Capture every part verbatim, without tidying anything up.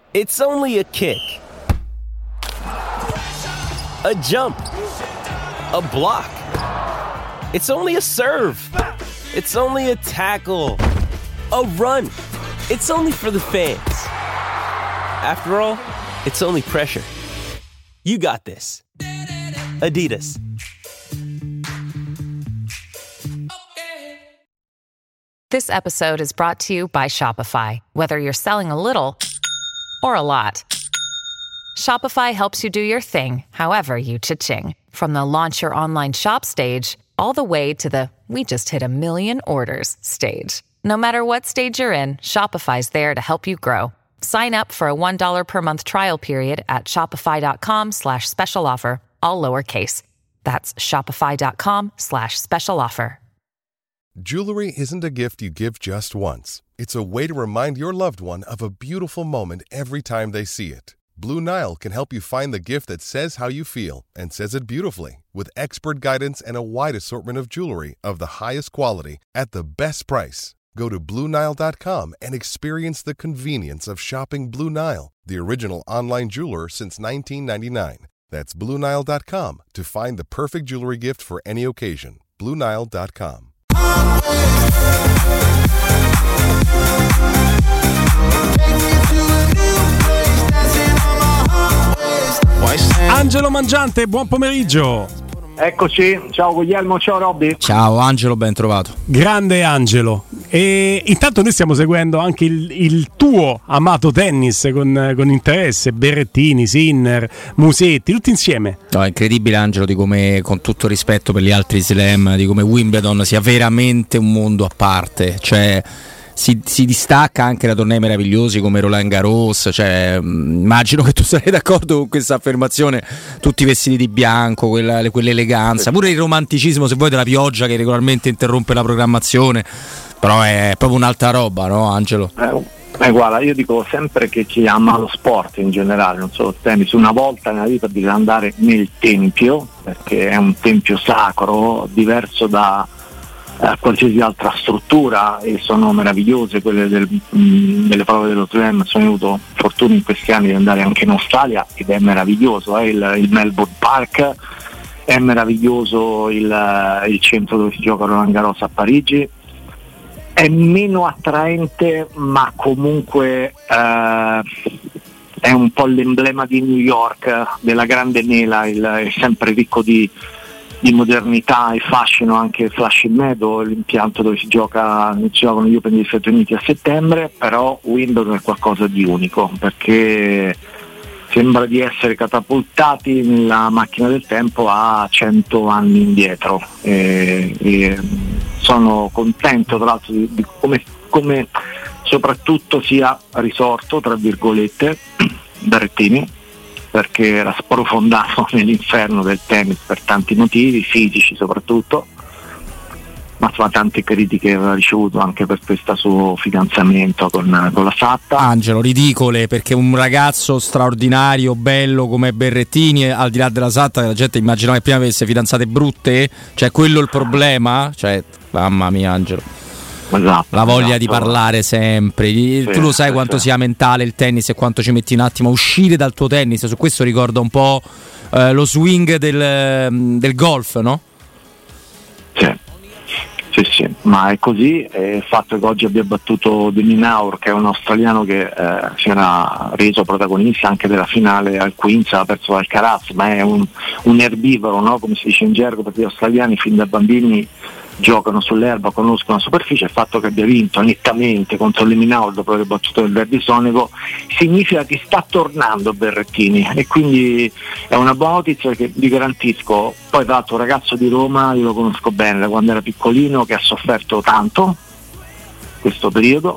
It's only a kick. A jump. A block. It's only a serve. It's only a tackle. A run. It's only for the fans. After all, it's only pressure. You got this. Adidas. This episode is brought to you by Shopify. Whether you're selling a little or a lot, Shopify helps you do your thing, however you cha-ching. From the launch your online shop stage, all the way to the we just hit a million orders stage. No matter what stage you're in, Shopify's there to help you grow. Sign up for a one dollar per month trial period at shopify.com slash special offer, all lowercase. That's shopify.com slash special offer. Jewelry isn't a gift you give just once. It's a way to remind your loved one of a beautiful moment every time they see it. Blue Nile can help you find the gift that says how you feel and says it beautifully, with expert guidance and a wide assortment of jewelry of the highest quality at the best price. Go to Blue Nile dot com and experience the convenience of shopping Blue Nile, the original online jeweler since nineteen ninety-nine. That's Blue Nile dot com to find the perfect jewelry gift for any occasion. Blue Nile dot com. Angelo Mangiante, buon pomeriggio. Eccoci, ciao Guglielmo, ciao Robby. Ciao Angelo, ben trovato. Grande Angelo. E intanto noi stiamo seguendo anche il, il tuo amato tennis con, con interesse, Berrettini, Sinner, Musetti, tutti insieme. No, è incredibile Angelo di come, con tutto rispetto per gli altri slam, di come Wimbledon sia veramente un mondo a parte, cioè Si, si distacca anche da tornei meravigliosi come Roland Garros, cioè, immagino che tu sarai d'accordo con questa affermazione, tutti vestiti di bianco, quella, quell'eleganza, pure il romanticismo se vuoi della pioggia che regolarmente interrompe la programmazione, però è proprio un'altra roba, no Angelo? Eh, eh, guarda, io dico sempre che chi ama lo sport in generale, non solo il tennis, una volta nella vita bisogna andare nel tempio, perché è un tempio sacro, diverso da a qualsiasi altra struttura, e sono meravigliose quelle del, mh, delle prove dello slam. Sono avuto fortuna in questi anni di andare anche in Australia ed è meraviglioso, eh? il, il Melbourne Park è meraviglioso, il, il centro dove si gioca Roland Garros a Parigi è meno attraente, ma comunque eh, è un po' l'emblema di New York, della grande mela, il, è sempre ricco di di modernità e fascino, anche Flushing Meadow, l'impianto dove si gioca, si giocano gli Open degli Stati Uniti a settembre, però Wimbledon è qualcosa di unico, perché sembra di essere catapultati nella macchina del tempo a cento anni indietro, e, e sono contento tra l'altro di, di come, come soprattutto sia risorto, tra virgolette, Berrettini, perché era sprofondato nell'inferno del tennis per tanti motivi, fisici soprattutto, ma insomma tante critiche aveva ricevuto anche per questo suo fidanzamento con, con la Satta. Angelo, ridicole, perché un ragazzo straordinario, bello come Berrettini, al di là della Satta, la gente immaginava che prima avesse fidanzate brutte, cioè quello è il problema, cioè mamma mia Angelo. Esatto, la voglia esatto. di parlare sempre, sì, tu lo sai sì, quanto sì. sia mentale il tennis e quanto ci metti un attimo a uscire dal tuo tennis. Su questo ricorda un po' eh, lo swing del, del golf, no? Sì. Sì, sì, ma è così. E il fatto che oggi abbia battuto De Minaur, che è un australiano che eh, si era reso protagonista anche della finale al Queens, ha perso Alcaraz, ma è un, un erbivoro, no? Come si dice in gergo, perché gli australiani fin da bambini giocano sull'erba, conoscono la superficie. Il fatto che abbia vinto nettamente contro Leminau dopo aver battuto il Verdi Sonico significa che sta tornando Berrettini, e quindi è una buona notizia che vi garantisco. Poi tra l'altro un ragazzo di Roma, io lo conosco bene da quando era piccolino, che ha sofferto tanto questo periodo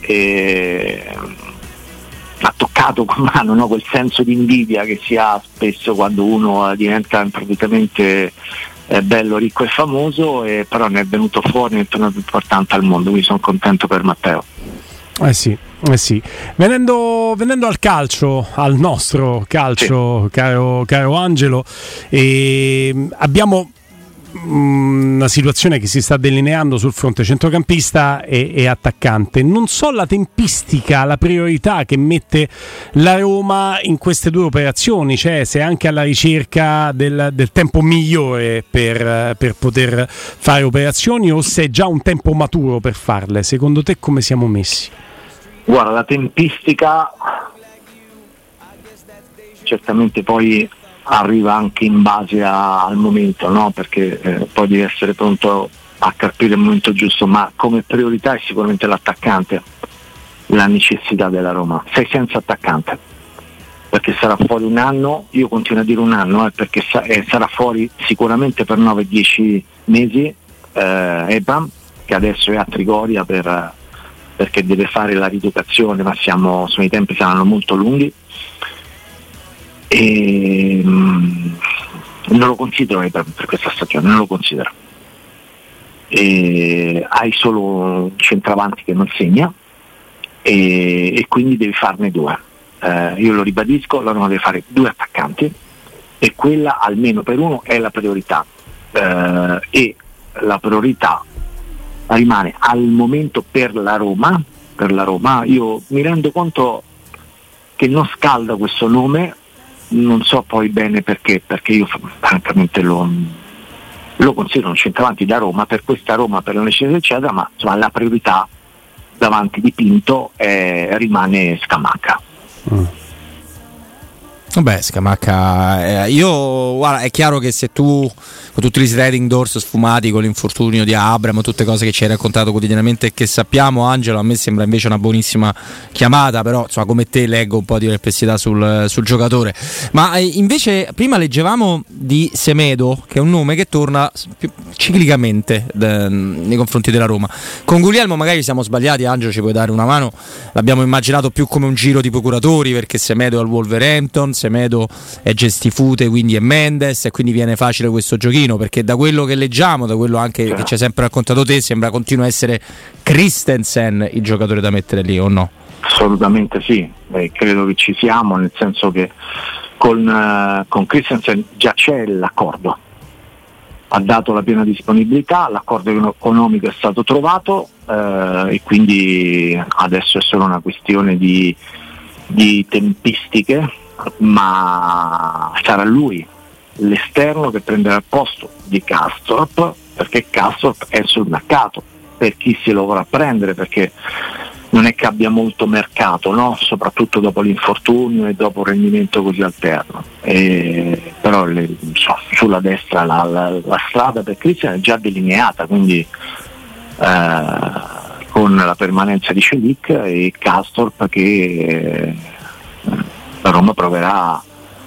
e ha toccato con mano, no, quel senso di invidia che si ha spesso quando uno diventa improvvisamente è bello, ricco e famoso, e però ne è venuto fuori, è tornato importante al mondo, quindi sono contento per Matteo. Eh sì, eh sì. Venendo, venendo al calcio, al nostro calcio, sì. caro, caro Angelo, eh, abbiamo una situazione che si sta delineando sul fronte centrocampista e, e attaccante. Non so la tempistica, la priorità che mette la Roma in queste due operazioni, cioè se è anche alla ricerca del, del tempo migliore per, per poter fare operazioni o se è già un tempo maturo per farle. Secondo te come siamo messi? Guarda, la tempistica certamente poi arriva anche in base a, al momento, no? Perché eh, poi devi essere pronto a capire il momento giusto, ma come priorità è sicuramente l'attaccante, la necessità della Roma. Sei senza attaccante, perché sarà fuori un anno, io continuo a dire un anno, eh, perché sa- eh, sarà fuori sicuramente per nove dieci mesi eh, Ebram, che adesso è a Trigoria per, perché deve fare la rieducazione, ma siamo, i tempi saranno molto lunghi. E mh, non lo considero per, per questa stagione, non lo considero. E hai solo un centravanti che non segna e, e quindi devi farne due. Eh, io lo ribadisco, la Roma deve fare due attaccanti e quella almeno per uno è la priorità, eh, e la priorità rimane al momento per la Roma. Per la Roma io mi rendo conto che non scalda questo nome. Non so poi bene perché, perché io francamente lo, lo considero un centravanti da Roma, per questa Roma, per la necessità eccetera, ma insomma la priorità davanti di Pinto è, rimane Scamacca. Mm. Vabbè, Scamacca, eh, io guarda, è chiaro che se tu con tutti gli sliding doors sfumati, con l'infortunio di Abramo, tutte cose che ci hai raccontato quotidianamente e che sappiamo, Angelo, a me sembra invece una buonissima chiamata, però insomma come te leggo un po' di perplessità sul, sul giocatore. Ma eh, invece prima leggevamo di Semedo, che è un nome che torna più ciclicamente de, nei confronti della Roma. Con Guglielmo magari siamo sbagliati, Angelo ci puoi dare una mano, l'abbiamo immaginato più come un giro di procuratori, perché Semedo è al Wolverhampton, Semedo è Gestifute, quindi è Mendes, e quindi viene facile questo giochino, perché da quello che leggiamo, da quello anche che ci hai sempre raccontato te, sembra continua a essere Christensen il giocatore da mettere lì, o no? Assolutamente sì, eh, credo che ci siamo, nel senso che con, uh, con Christensen già c'è l'accordo, ha dato la piena disponibilità, l'accordo economico è stato trovato, uh, e quindi adesso è solo una questione di, di tempistiche, ma sarà lui l'esterno che prenderà il posto di Karsdorp, perché Karsdorp è sul mercato per chi si lo vorrà prendere, perché non è che abbia molto mercato, no? Soprattutto dopo l'infortunio e dopo un rendimento così alterno, e, però le, so, sulla destra la, la, la strada per Christian è già delineata, quindi eh, con la permanenza di Celik e Karsdorp che eh, la Roma proverà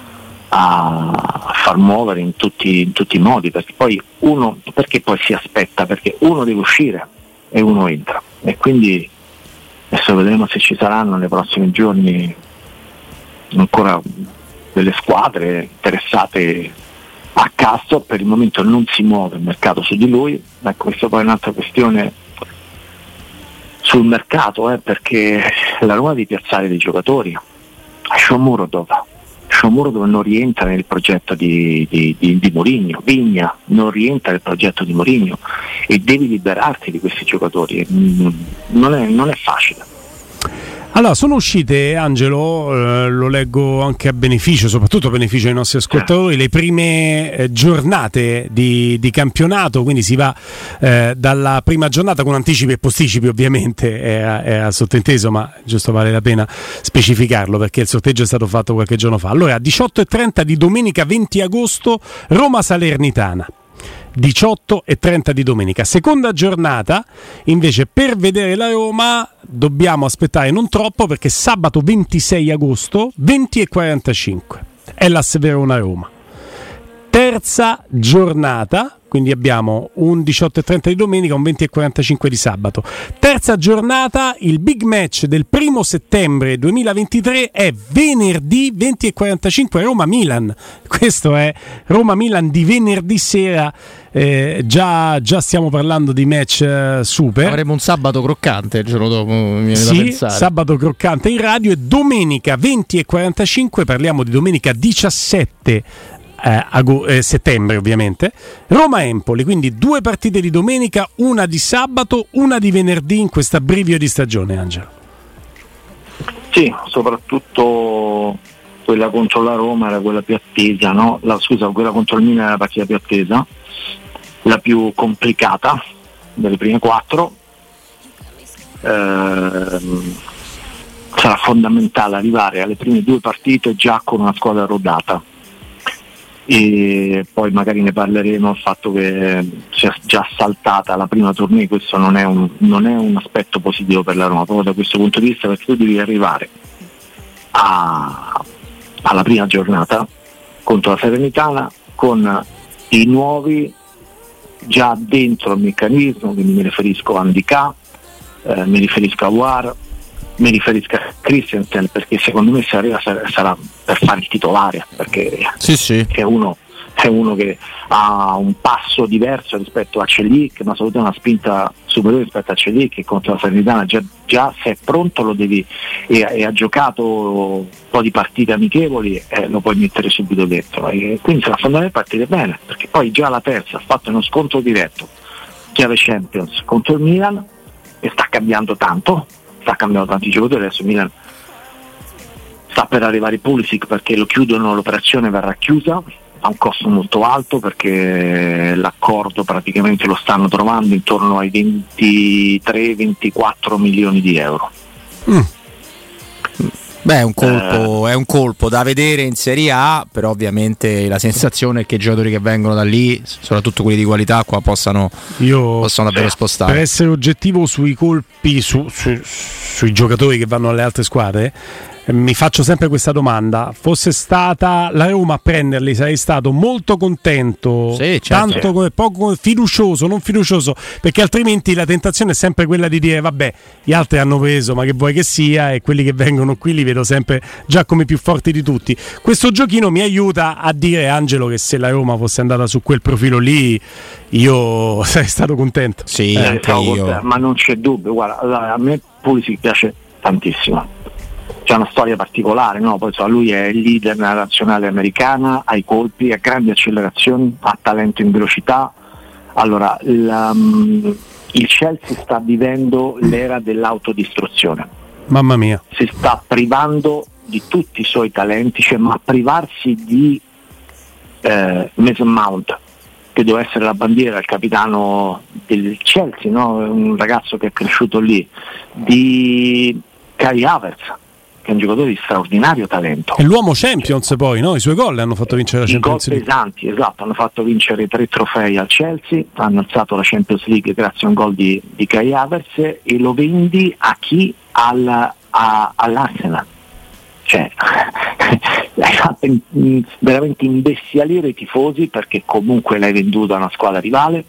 a far muovere in tutti, in tutti i modi, perché poi uno, perché poi si aspetta, perché uno deve uscire e uno entra, e quindi adesso vedremo se ci saranno nei prossimi giorni ancora delle squadre interessate a Castro. Per il momento non si muove il mercato su di lui, ma questa poi è un'altra questione sul mercato, eh, perché la Roma deve piazzare dei giocatori. Shomurodov Shomurodov non rientra nel progetto di, di, di, di Mourinho, Vigna non rientra nel progetto di Mourinho, e devi liberarti di questi giocatori, non è, non è facile. Allora, sono uscite, Angelo, eh, lo leggo anche a beneficio, soprattutto a beneficio dei nostri ascoltatori, le prime eh, giornate di, di campionato, quindi si va eh, dalla prima giornata con anticipi e posticipi, ovviamente era, era sottinteso, ma giusto vale la pena specificarlo perché il sorteggio è stato fatto qualche giorno fa. Allora, diciotto e trenta di domenica venti agosto, Roma-Salernitana. diciotto e trenta di domenica. Seconda giornata invece, per vedere la Roma dobbiamo aspettare non troppo, perché sabato ventisei agosto venti e quarantacinque è la Verona-Roma. Terza giornata, quindi abbiamo un diciotto e trenta di domenica, un venti e quarantacinque di sabato. Terza giornata, il big match del primo settembre duemilaventitré è venerdì venti e quarantacinque Roma-Milan. Questo è Roma-Milan di venerdì sera, eh, già, già stiamo parlando di match eh, super. Avremo un sabato croccante il giorno dopo, mi viene sì, da pensare. Sabato croccante in radio, e domenica venti e quarantacinque, parliamo di domenica diciassette eh, ago- eh, settembre ovviamente. Roma-Empoli, quindi due partite di domenica, una di sabato, una di venerdì in questa brivio di stagione, Angelo. Sì, soprattutto quella contro la Roma era quella più attesa, no? La, scusa, quella contro il Milan era la partita più attesa, la più complicata delle prime quattro. Ehm, sarà fondamentale arrivare alle prime due partite già con una squadra rodata, e poi magari ne parleremo, il fatto che sia già saltata la prima tournée, questo non è un, non è un aspetto positivo per la Roma proprio da questo punto di vista, perché tu devi arrivare a, alla prima giornata contro la Salernitana con i nuovi già dentro il meccanismo, quindi mi riferisco a Ndicà, eh, mi riferisco a War, mi riferisco a Christensen, perché secondo me se arriva sarà per fare il titolare, perché sì, sì. È, uno, è uno che ha un passo diverso rispetto a Celik, ma soprattutto una spinta superiore rispetto a Celik, che contro la Salernitana già, già se è pronto lo devi, e, e ha giocato un po' di partite amichevoli, eh, lo puoi mettere subito dentro, e quindi sarà fondamentale partire bene, perché poi già la terza ha fatto uno scontro diretto, chiave Champions contro il Milan, e sta cambiando tanto, sta cambiando tanti giocatori. Adesso Milan sta per arrivare Pulisic, perché lo chiudono, l'operazione verrà chiusa a un costo molto alto, perché l'accordo praticamente lo stanno trovando intorno ai ventitré ventiquattro milioni di euro. Mm. Beh, è un colpo, eh. è un colpo da vedere in Serie A, però ovviamente la sensazione è che i giocatori che vengono da lì, soprattutto quelli di qualità, qua possano, Io, possano davvero spostare. Per essere oggettivo sui colpi, su, su, sui giocatori che vanno alle altre squadre, mi faccio sempre questa domanda: fosse stata la Roma a prenderli, sarei stato molto contento, sì, certo. tanto come poco fiducioso, non fiducioso, perché altrimenti la tentazione è sempre quella di dire vabbè, gli altri hanno preso, ma che vuoi che sia, e quelli che vengono qui li vedo sempre già come più forti di tutti. Questo giochino mi aiuta a dire, Angelo, che se la Roma fosse andata su quel profilo lì io sarei stato contento. Sì, eh, anche io. Ma non c'è dubbio, guarda, a me Pulisic piace tantissimo. C'è una storia particolare, no? Poi so, lui è il leader nella nazionale americana, ha i colpi, ha grandi accelerazioni, ha talento in velocità. Allora, il, um, il Chelsea sta vivendo l'era dell'autodistruzione. Mamma mia. Si sta privando di tutti i suoi talenti, cioè, ma privarsi di eh, Mason Mount, che doveva essere la bandiera, il capitano del Chelsea, no? Un ragazzo che è cresciuto lì, di Kai Havertz, che è un giocatore di straordinario talento. E l'uomo Champions, poi, no? I suoi gol hanno fatto vincere la I Champions gol League. pesanti, esatto, hanno fatto vincere tre trofei al Chelsea, hanno alzato la Champions League grazie a un gol di, di Kai Havertz, e lo vendi a chi? Al, a, all'Arsenal. Cioè, hai fatto in, in, veramente imbestialire i tifosi, perché comunque l'hai venduto a una squadra rivale,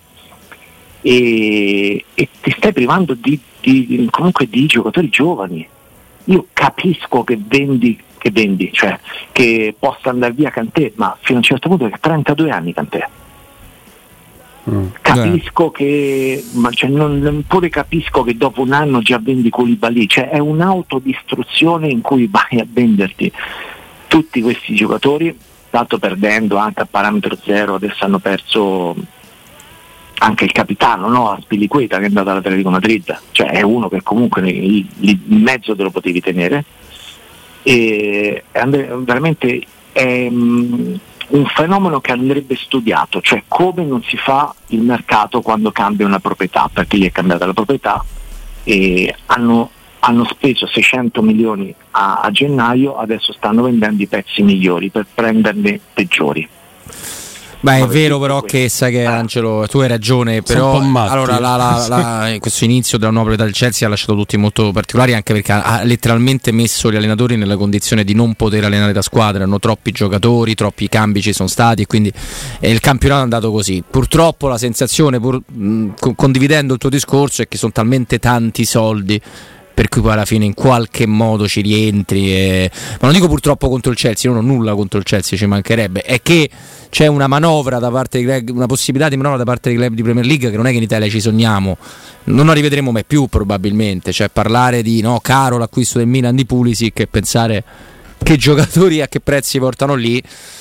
e, e ti stai privando di, di, comunque di giocatori giovani. Io capisco che vendi, che vendi, cioè che possa andare via Kanté, ma fino a un certo punto, che ha trentadue anni Kanté. Mm. Capisco eh. che, ma cioè, non, pure capisco che dopo un anno già vendi Koulibaly, cioè è un'autodistruzione in cui vai a venderti tutti questi giocatori, tanto perdendo anche a parametro zero. Adesso hanno perso anche il capitano, no? Spilicueta, che è andato all'Atletico Madrid, cioè è uno che comunque lì in mezzo te lo potevi tenere, e veramente è um, un fenomeno che andrebbe studiato, cioè come non si fa il mercato quando cambia una proprietà, perché gli è cambiata la proprietà, e hanno, hanno speso seicento milioni a, a gennaio, adesso stanno vendendo i pezzi migliori per prenderne peggiori. Beh, è vero però che sai che, Angelo, tu hai ragione, però allora la, la, la, questo inizio della nuova proprietà del Chelsea ha lasciato tutti molto particolari, anche perché ha letteralmente messo gli allenatori nella condizione di non poter allenare da squadra, hanno troppi giocatori, troppi cambi ci sono stati, e quindi eh, il campionato è andato così. Purtroppo la sensazione, pur, mh, condividendo il tuo discorso, è che sono talmente tanti soldi per cui poi alla fine in qualche modo ci rientri, e... ma non dico purtroppo contro il Chelsea, non ho nulla contro il Chelsea, ci mancherebbe, è che c'è una manovra da parte di club, una possibilità di manovra da parte dei club di Premier League che non è che in Italia ci sogniamo, non la rivedremo mai più probabilmente, cioè parlare di no caro l'acquisto del Milan di Pulisic e pensare che giocatori a che prezzi portano lì,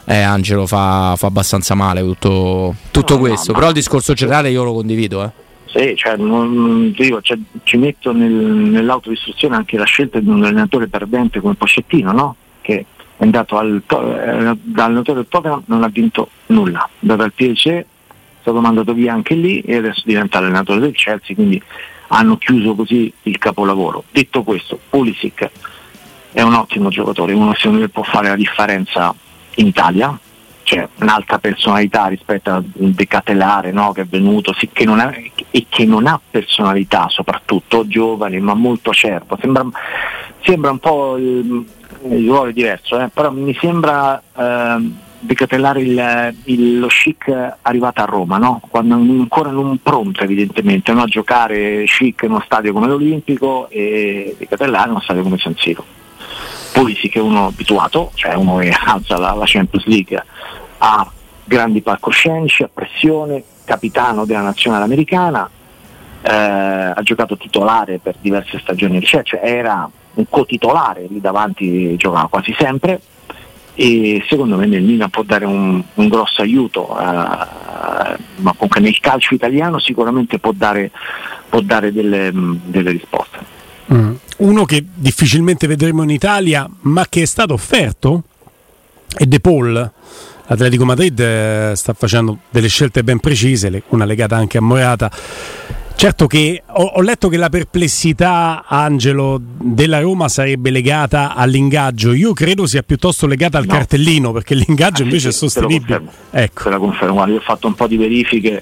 eh, Angelo fa, fa abbastanza male tutto, tutto no, questo, no, però il discorso generale io lo condivido. Eh. Sì, cioè, non, dico, cioè, ci metto nel, nell'autodistruzione anche la scelta di un allenatore perdente come Pochettino, no? Che è andato al, eh, dall'allenatore del Tottenham, non ha vinto nulla, è andato al P S G, è stato mandato via anche lì e adesso diventa allenatore del Chelsea, quindi hanno chiuso così il capolavoro. Detto questo, Pulisic è un ottimo giocatore, uno secondo me può fare la differenza in Italia, cioè un'altra personalità rispetto a De Catelare, no, che è venuto sì, che non ha, e che non ha personalità, soprattutto giovane ma molto acerbo, sembra, sembra un po' il, il ruolo è diverso, eh, però mi sembra eh, De Catelare il, il, lo chic arrivato a Roma, no? Quando ancora non pronto evidentemente, no? A giocare chic in uno stadio come l'Olimpico e De Catelare in uno stadio come San Siro. Poi sì che è uno abituato, cioè uno che alza la, la Champions League, ha grandi palcoscenici, a pressione, capitano della nazionale americana, eh, ha giocato titolare per diverse stagioni al Chelsea, cioè era un co-titolare lì davanti, giocava quasi sempre e secondo me nel Milan può dare un, un grosso aiuto, eh, ma comunque nel calcio italiano sicuramente può dare, può dare delle, delle risposte. Mm. Uno che difficilmente vedremo in Italia ma che è stato offerto è De Paul. L'Atletico Madrid eh, sta facendo delle scelte ben precise, una legata anche a Morata. Certo che ho, ho letto che la perplessità, Angelo, della Roma sarebbe legata all'ingaggio. Io credo sia piuttosto legata al no. cartellino, perché l'ingaggio ah, invece sì, è sostenibile. Ecco. Se la confermo, guarda, io ho fatto un po' di verifiche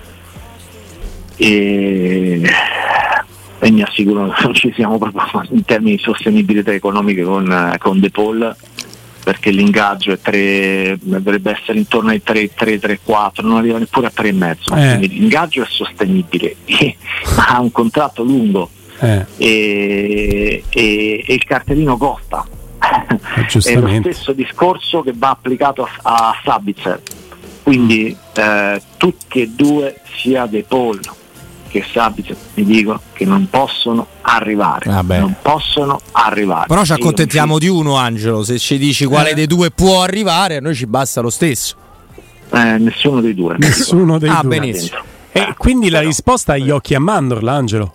e, e mi assicuro che non ci siamo proprio in termini di sostenibilità economiche con, con De Paul, perché l'ingaggio è tre, dovrebbe essere intorno ai tre, tre, tre, quattro, non arriva neppure a tre e mezzo, eh. Quindi l'ingaggio è sostenibile, ma ha un contratto lungo eh. e, e, e il cartellino costa. È lo stesso discorso che va applicato a, a Sabitzer, quindi eh, tutti e due, sia De Paul che Sabitzer, mi dico che non possono arrivare, ah non possono arrivare. Però ci accontentiamo di uno, Angelo, se ci dici quale eh. dei due può arrivare, a noi ci basta lo stesso. Eh, nessuno dei due. Nessuno dei ah, due. Benissimo. E eh, quindi la risposta agli occhi a mandorla, Angelo?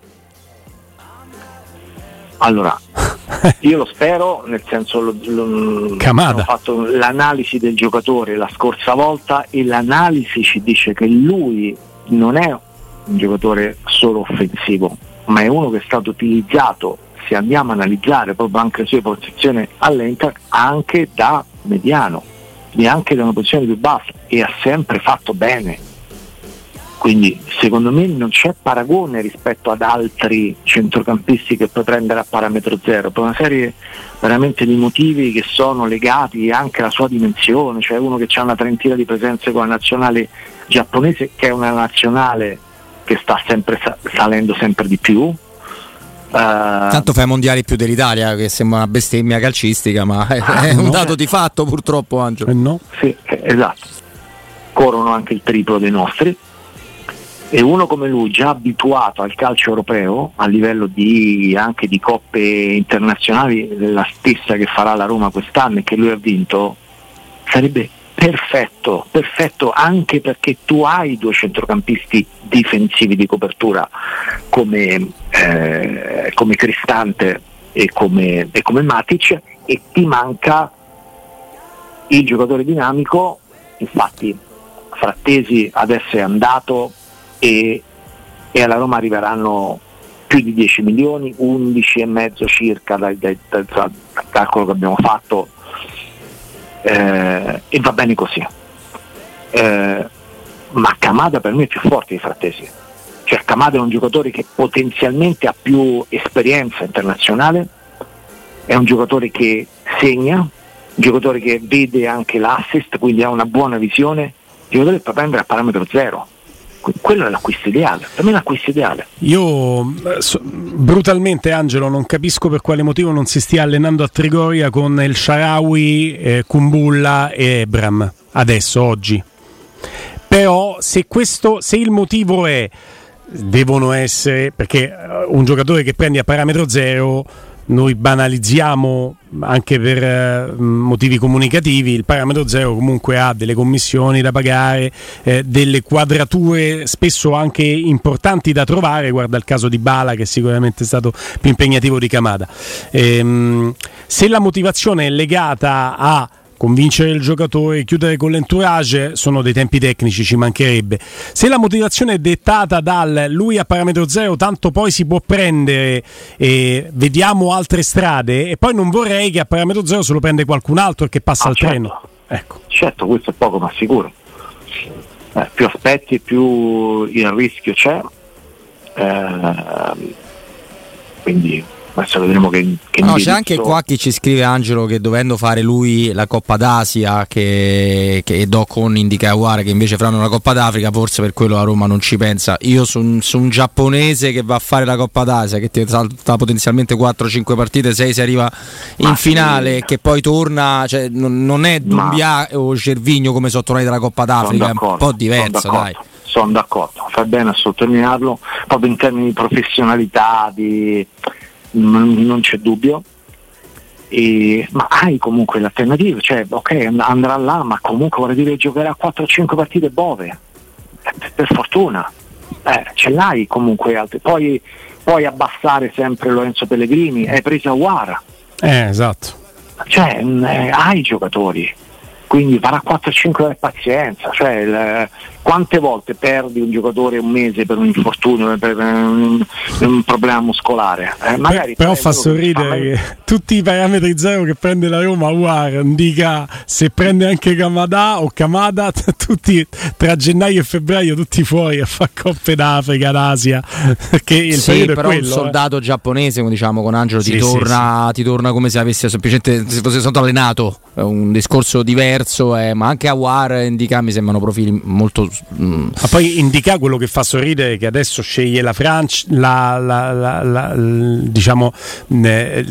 Allora, io lo spero, nel senso lo, lo, Camada. ho fatto l'analisi del giocatore la scorsa volta e l'analisi ci dice che lui non è un giocatore solo offensivo, ma è uno che è stato utilizzato, se andiamo a analizzare proprio anche le sue posizioni all'Inter, anche da mediano e anche da una posizione più bassa, e ha sempre fatto bene. Quindi secondo me non c'è paragone rispetto ad altri centrocampisti che puoi prendere a parametro zero, per una serie veramente di motivi che sono legati anche alla sua dimensione, cioè uno che ha una trentina di presenze con la nazionale giapponese, che è una nazionale che sta sempre salendo sempre di più. Uh, Tanto fa i mondiali più dell'Italia, che sembra una bestemmia calcistica, ma è, ah, è un no. dato di fatto purtroppo, Angelo. Eh no. Sì, esatto. Corrono anche il triplo dei nostri. E uno come lui, già abituato al calcio europeo, a livello di anche di coppe internazionali, la stessa che farà la Roma quest'anno e che lui ha vinto, sarebbe perfetto, perfetto anche perché tu hai due centrocampisti difensivi di copertura come, eh, come Cristante e come, e come Matic, e ti manca il giocatore dinamico. Infatti Frattesi adesso è andato e, e alla Roma arriveranno più di dieci milioni, undici e mezzo circa dal, dal, dal, dal calcolo che abbiamo fatto. Eh, e va bene così, eh, ma Kamada per me è più forte di Frattesi, cioè Kamada è un giocatore che potenzialmente ha più esperienza internazionale, è un giocatore che segna, un giocatore che vede anche l'assist, quindi ha una buona visione, un giocatore che può prendere a parametro zero. Quello è l'acquisto ideale, per me è l'acquisto ideale. Io so, brutalmente, Angelo, non capisco per quale motivo non si stia allenando a Trigoria con El Shaarawy, eh, Kumbulla e Ebram adesso, oggi. Però se questo, se il motivo è devono essere, perché un giocatore che prendi a parametro zero noi banalizziamo anche per eh, motivi comunicativi, il parametro zero comunque ha delle commissioni da pagare, eh, delle quadrature spesso anche importanti da trovare. Guarda il caso di Bala, che sicuramente è stato più impegnativo di Kamada. Ehm, se la motivazione è legata a convincere il giocatore, chiudere con l'entourage, sono dei tempi tecnici, ci mancherebbe. Se la motivazione è dettata dal lui a parametro zero, tanto poi si può prendere e vediamo altre strade, e poi non vorrei che a parametro zero se lo prende qualcun altro e che passa ah, al certo. treno. Ecco. Certo, questo è poco ma sicuro. Eh, più aspetti, più il rischio c'è. Eh, quindi adesso vedremo che, che no, c'è anche qua chi ci scrive, Angelo, che dovendo fare lui la Coppa d'Asia che, che do con Indica Aguare, che invece faranno la Coppa d'Africa, forse per quello la Roma non ci pensa. Io su, su un giapponese che va a fare la Coppa d'Asia, che ti salta potenzialmente quattro cinque partite, sei si arriva in ma finale, sì. Che poi torna, cioè non, non è Dumbia o Gervinho come sono tornati dalla Coppa d'Africa, è un po' diverso, dai. Sono d'accordo, fa bene a sottolinearlo, proprio in termini di professionalità, di non c'è dubbio, e, ma hai comunque l'alternativa, cioè ok andrà là, ma comunque vuol dire giocherà quattro cinque partite Bove, eh, per fortuna eh, ce l'hai comunque altre. Poi puoi abbassare sempre Lorenzo Pellegrini, hai preso Aguara, eh, esatto, cioè eh, hai giocatori, quindi farà quattro cinque pazienza, cioè il, quante volte perdi un giocatore un mese per un infortunio, per un, un problema muscolare, eh, magari però fa sorridere che, fa... che tutti i parametri zero che prende la Roma, Aguara, dica se prende anche Kamada o Kamada, tutti tra gennaio e febbraio tutti fuori a fare Coppe d'Africa, d'Asia, perché il sì, periodo però è quello, un soldato eh. giapponese, come diciamo con Angelo, sì, ti, torna, sì, sì. ti torna come se avesse semplicemente se fosse stato allenato, è un discorso diverso, eh, ma anche Aguara e Indica mi sembrano profili molto mm. Ma poi Indica, quello che fa sorridere è che adesso sceglie la Francia, la, la, la, la, diciamo eh,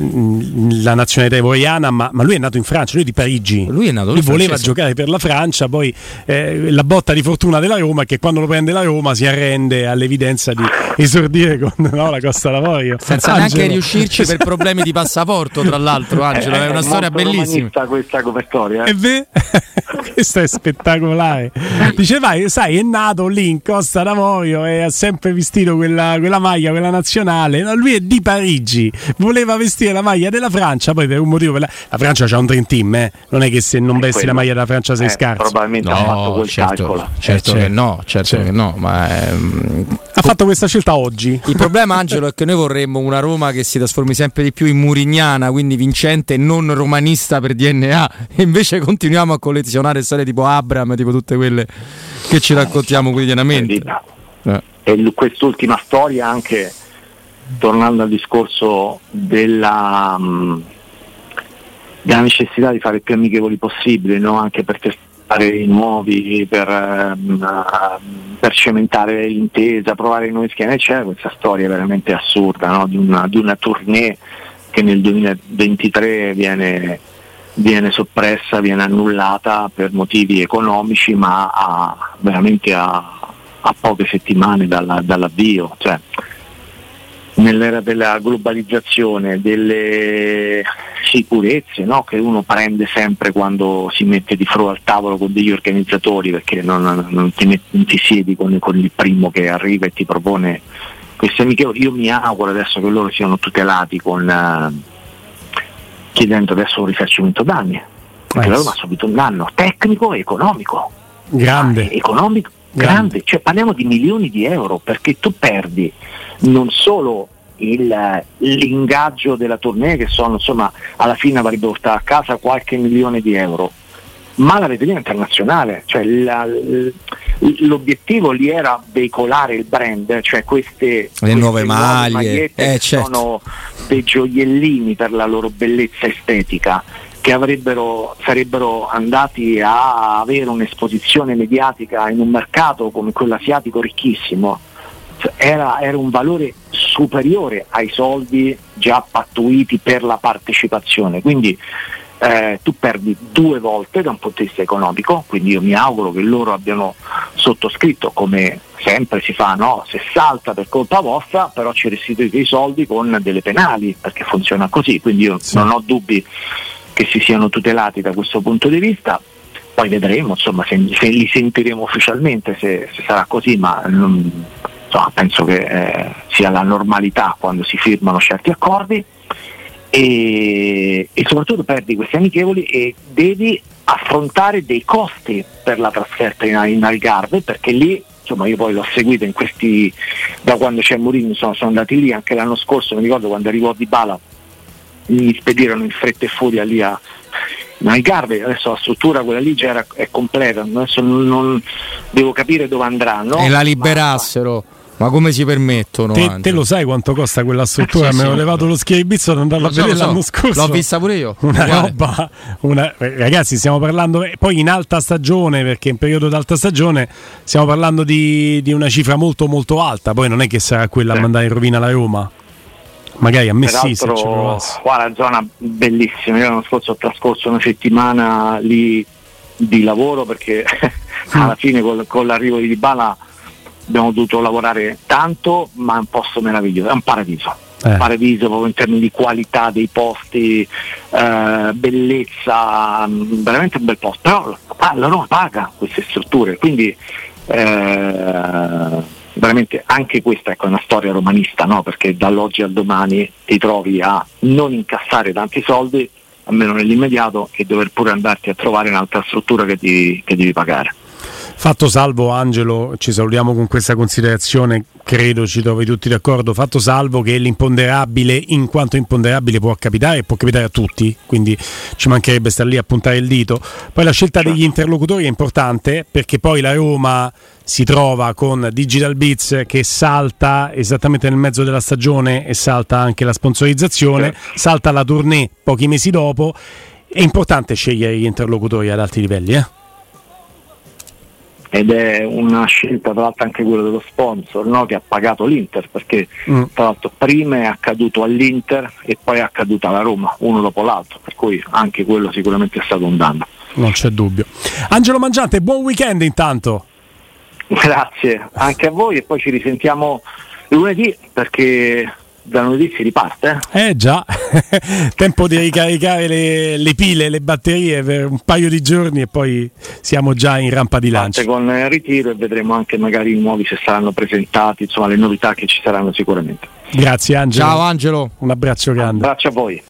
la nazionalità ivoriana, ma, ma lui è nato in Francia, lui è di Parigi, lui, è nato lui voleva francese. giocare per la Francia, poi eh, la botta di fortuna della Roma è che quando lo prende la Roma si arrende all'evidenza di esordire con no, la Costa d'Avorio senza Angelo. neanche riuscirci per problemi di passaporto, tra l'altro, Angelo, è una è storia bellissima questa copertoria, eh. È vero? Questo è spettacolare. Dice vai, sai, è nato lì in Costa d'Avorio e ha sempre vestito quella, quella maglia, quella nazionale. No, lui è di Parigi, voleva vestire la maglia della Francia, poi per un motivo per la, la Francia c'ha un dream team, eh? Non è che se non vesti quello. la maglia della Francia sei eh, scarso. Probabilmente no, ha fatto quel certo, calcolo. Certo eh, che no, certo, certo che no, ma ehm, ha fatto questa scelta oggi. Il problema, Angelo, è che noi vorremmo una Roma che si trasformi sempre di più in murignana, quindi vincente e non romanista per D N A, e invece continuiamo a collezionare storie tipo Abraham, tipo tutte quelle che ci raccontiamo quotidianamente. Eh. E quest'ultima storia, anche tornando al discorso della, mh, della necessità di fare più amichevoli possibile, no? Anche per testare i nuovi, per, mh, per cementare l'intesa, provare i nuovi schemi, c'è questa storia veramente assurda, no? di, una, di una tournée che nel duemilaventitré viene viene soppressa, viene annullata per motivi economici, ma a, veramente a, a poche settimane dalla, dall'avvio. Cioè, nell'era della globalizzazione, delle sicurezze, no? Che uno prende sempre quando si mette di fronte al tavolo con degli organizzatori, perché non, non, ti, metti, non ti siedi con, con il primo che arriva e ti propone queste amichevoli. Io mi auguro adesso che loro siano tutelati con... Uh, chiedendo adesso un risarcimento danni, perché la Roma ha subito un danno tecnico e economico grande, ah, economico grande. grande, cioè parliamo di milioni di euro, perché tu perdi non solo il, l'ingaggio della tournée, che sono insomma alla fine avrebbe portato a casa qualche milione di euro, ma la vetrina internazionale, cioè la, l'obiettivo lì era veicolare il brand, cioè queste le queste nuove maglie, magliette eh, che certo. sono dei gioiellini per la loro bellezza estetica, che avrebbero sarebbero andati a avere un'esposizione mediatica in un mercato come quello asiatico ricchissimo. Cioè, era, era un valore superiore ai soldi già pattuiti per la partecipazione, quindi eh, tu perdi due volte da un punto di vista economico, quindi io mi auguro che loro abbiano sottoscritto, come sempre si fa, no? Se salta per colpa vostra, però ci restituite i soldi con delle penali, perché funziona così, quindi io sì. non ho dubbi che si siano tutelati da questo punto di vista. Poi vedremo, insomma, se, se li sentiremo ufficialmente, se, se sarà così, ma non, insomma, penso che eh, sia la normalità quando si firmano certi accordi. E, e soprattutto perdi questi amichevoli e devi affrontare dei costi per la trasferta in, in Algarve, perché lì, insomma, io poi l'ho seguito in questi, da quando c'è Mourinho, sono, sono andati lì anche l'anno scorso, mi ricordo quando arrivò Dybala mi spedirono in fretta e furia lì a in Algarve. Adesso la struttura quella lì già era, è completa, adesso non, non devo capire dove andranno e la liberassero. Ma... Ma come si permettono? Te, te lo sai quanto costa quella struttura? sì, Me sì, l'ho levato lo schieribizzo ad andarla a so, vedere so. l'anno scorso. L'ho vista pure io. Una roba, una, ragazzi, stiamo parlando poi in alta stagione, perché in periodo d'alta stagione stiamo parlando di, di una cifra molto molto alta. Poi non è che sarà quella sì. a mandare in rovina la Roma. Magari a me sì, se ci provassi. Qua la zona bellissima. Io l'anno scorso ho trascorso una settimana lì di lavoro, perché alla fine col, con l'arrivo di Dybala abbiamo dovuto lavorare tanto, ma è un posto meraviglioso, è un paradiso, eh. un paradiso proprio in termini di qualità dei posti, eh, bellezza, veramente un bel posto. Però la Roma paga queste strutture, quindi eh, veramente anche questa ecco, è una storia romanista, no? Perché dall'oggi al domani ti trovi a non incassare tanti soldi, almeno nell'immediato, e dover pure andarti a trovare un'altra struttura che, ti, che devi pagare. Fatto salvo, Angelo, ci salutiamo con questa considerazione, credo ci trovi tutti d'accordo, fatto salvo che l'imponderabile, in quanto imponderabile, può capitare e può capitare a tutti, quindi ci mancherebbe star lì a puntare il dito. Poi la scelta degli interlocutori è importante, perché poi la Roma si trova con Digital Beats che salta esattamente nel mezzo della stagione e salta anche la sponsorizzazione, salta la tournée pochi mesi dopo. È importante scegliere gli interlocutori ad alti livelli, eh? Ed è una scelta tra l'altro anche quella dello sponsor, no? Che ha pagato l'Inter, perché mm. tra l'altro prima è accaduto all'Inter e poi è accaduto alla Roma, uno dopo l'altro, per cui anche quello sicuramente è stato un danno. Non c'è dubbio. Angelo Mangiante, buon weekend intanto. Grazie anche a voi, e poi ci risentiamo lunedì, perché da lunedì si riparte. Eh, eh già, tempo di ricaricare le, le pile, le batterie per un paio di giorni e poi siamo già in rampa di lancio. Parte con il ritiro e vedremo anche magari i nuovi se saranno presentati, insomma le novità che ci saranno sicuramente. Grazie Angelo. Ciao Angelo. Un abbraccio grande. Un abbraccio a voi.